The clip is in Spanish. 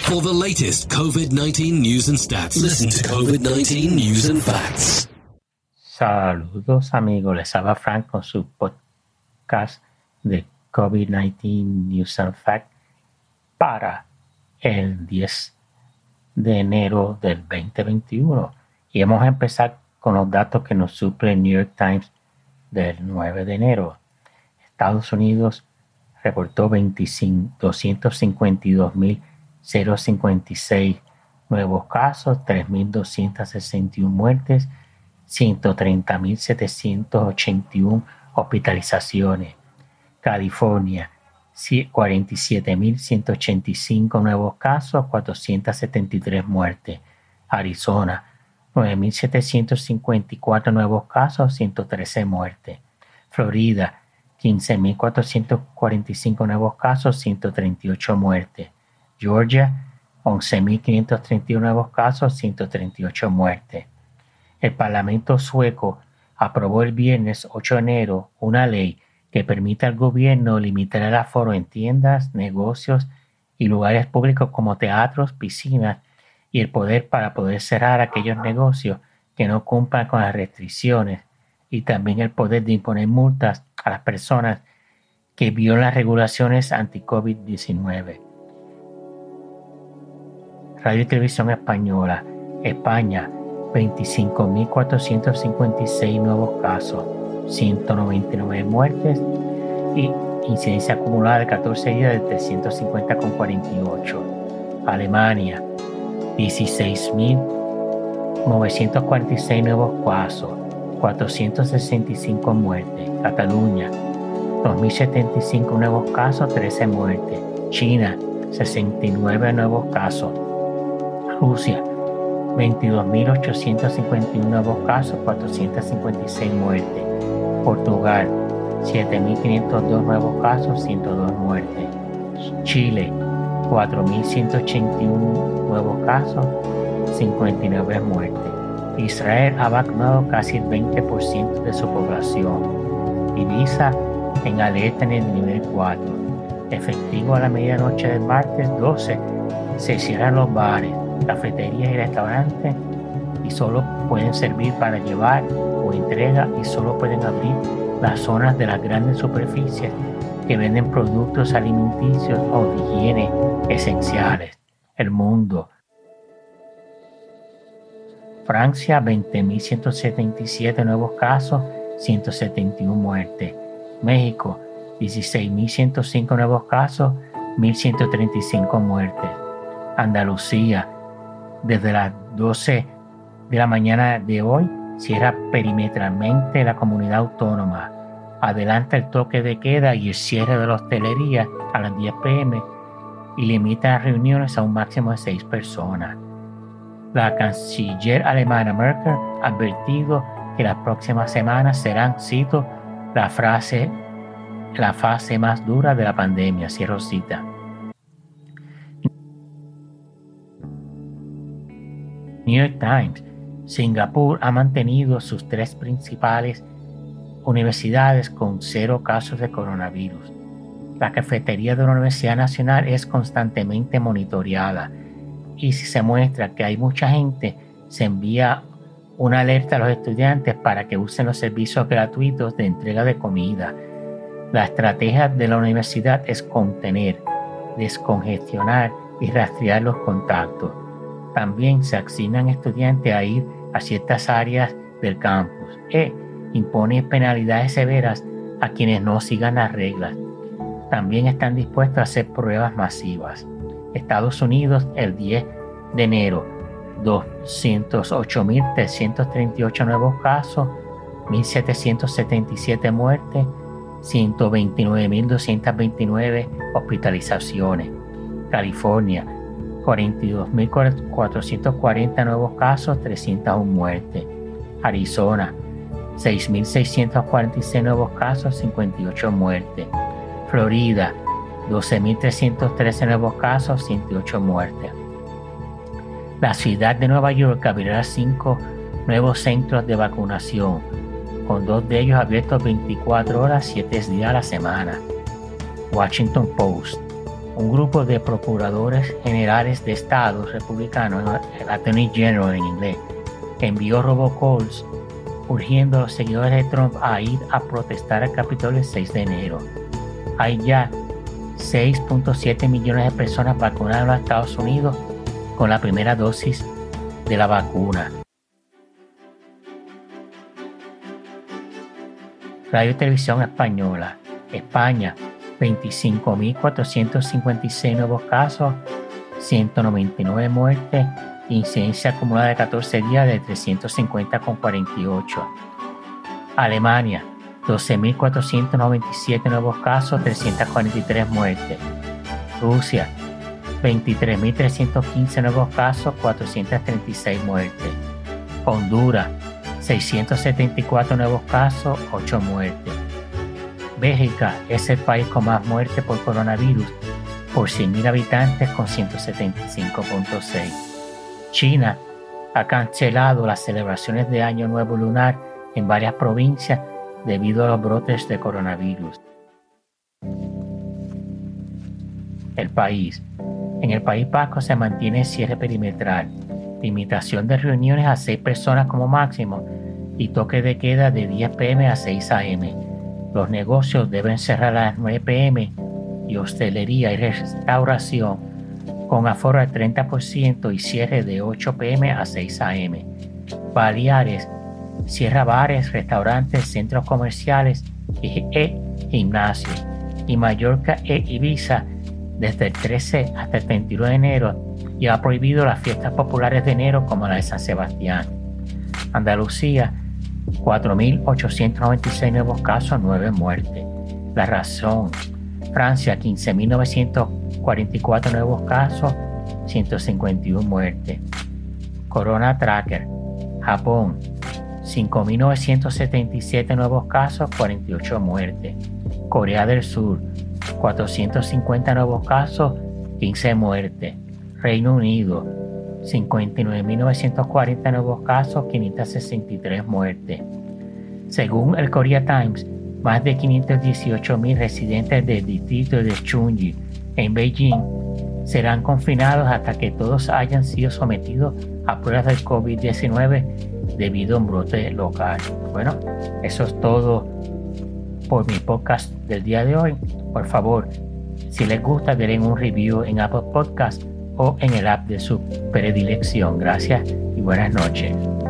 For the latest COVID-19 news and stats, listen to COVID-19 News and Facts. Saludos amigos, les habla Frank con su podcast de COVID-19 News and Facts para el 10 de enero del 2021. Y vamos a empezar con los datos que nos suple el New York Times del 9 de enero. Estados Unidos reportó 252.056 nuevos casos, 3.261 muertes, 130.781 hospitalizaciones. California, 47.185 nuevos casos, 473 muertes. Arizona, 9.754 nuevos casos, 113 muertes. Florida, 15.445 nuevos casos, 138 muertes. Georgia, 11.531 nuevos casos, 138 muertes. El Parlamento sueco aprobó el viernes 8 de enero una ley que permite al gobierno limitar el aforo en tiendas, negocios y lugares públicos como teatros, piscinas y el poder para poder cerrar aquellos negocios que no cumplan con las restricciones y también el poder de imponer multas a las personas que violan las regulaciones anti-COVID-19. Radio y Televisión Española, España, 25.456 nuevos casos, 199 muertes y incidencia acumulada de 14 días de 350,48. Alemania, 16.946 nuevos casos, 465 muertes. Cataluña, 2.075 nuevos casos, 13 muertes. China, 69 nuevos casos. Rusia, 22.851 nuevos casos, 456 muertes. Portugal, 7.502 nuevos casos, 102 muertes. Chile, 4.181 nuevos casos, 59 muertes. Israel ha vacunado casi el 20% de su población. Ibiza en alerta en el nivel 4. Efectivo a la medianoche del martes 12, se cierran los bares, cafeterías y restaurantes y solo pueden servir para llevar o entrega y solo pueden abrir las zonas de las grandes superficies que venden productos alimenticios o de higiene esenciales. El mundo. Francia, 20.177 nuevos casos, 171 muertes. México, 16.105 nuevos casos, 1.135 muertes. Andalucía, desde las 12 de la mañana de hoy, cierra perimetralmente la comunidad autónoma. Adelanta el toque de queda y el cierre de la hostelería a las 10 p.m. y limita las reuniones a un máximo de 6 personas. La canciller alemana Merkel ha advertido que las próximas semanas serán, cito, la fase más dura de la pandemia, cierro cita. New York Times. Singapur ha mantenido sus 3 principales universidades con 0 casos de coronavirus. La cafetería de la Universidad Nacional es constantemente monitoreada y si se muestra que hay mucha gente, se envía una alerta a los estudiantes para que usen los servicios gratuitos de entrega de comida. La estrategia de la universidad es contener, descongestionar y rastrear los contactos. También se asignan estudiantes a ir a ciertas áreas del campus e impone penalidades severas a quienes no sigan las reglas. También están dispuestos a hacer pruebas masivas. Estados Unidos, el 10 de enero, 208.338 nuevos casos, 1.777 muertes, 129.229 hospitalizaciones. California, 42.440 nuevos casos, 301 muertes. Arizona, 6.646 nuevos casos, 58 muertes. Florida, 12.313 nuevos casos, 108 muertes. La ciudad de Nueva York abrirá 5 nuevos centros de vacunación, con 2 de ellos abiertos 24 horas, 7 días a la semana. Washington Post. un grupo de procuradores generales de estados republicanos, el Attorney General en inglés, envió robocalls urgiendo a los seguidores de Trump a ir a protestar al Capitolio el 6 de enero. Hay ya 6.7 millones de personas vacunadas en los Estados Unidos con la primera dosis de la vacuna. Radio y Televisión Española. España, 25.456 nuevos casos, 199 muertes, incidencia acumulada de 14 días de 350,48. Alemania, 12.497 nuevos casos, 343 muertes. Rusia, 23.315 nuevos casos, 436 muertes. Honduras, 674 nuevos casos, 8 muertes. Bélgica es el país con más muertes por coronavirus por 100.000 habitantes con 175,6. China ha cancelado las celebraciones de Año Nuevo Lunar en varias provincias debido a los brotes de coronavirus. El país. En el País Vasco se mantiene el cierre perimetral, limitación de reuniones a 6 personas como máximo y toque de queda de 10 p.m. a 6 a.m. Los negocios deben cerrar a las 9 p.m. y hostelería y restauración con aforo al 30% y cierre de 8 p.m. a 6 a.m. Baleares cierra bares, restaurantes, centros comerciales e gimnasios. Y Mallorca e Ibiza desde el 13 hasta el 31 de enero y ha prohibido las fiestas populares de enero como la de San Sebastián. Andalucía, 4.896 nuevos casos, 9 muertes. La razón. Francia, 15.944 nuevos casos, 151 muertes. Corona Tracker. Japón, 5.977 nuevos casos, 48 muertes. Corea del Sur, 450 nuevos casos, 15 muertes. Reino Unido, 59.940 nuevos casos, 563 muertes. Según el Korea Times, más de 518.000 residentes del distrito de Chungji en Beijing serán confinados hasta que todos hayan sido sometidos a pruebas del COVID-19 debido a un brote local. Bueno, eso es todo por mi podcast del día de hoy. Por favor, si les gusta, denle un review en Apple Podcast o en el app de su predilección. Gracias y buenas noches.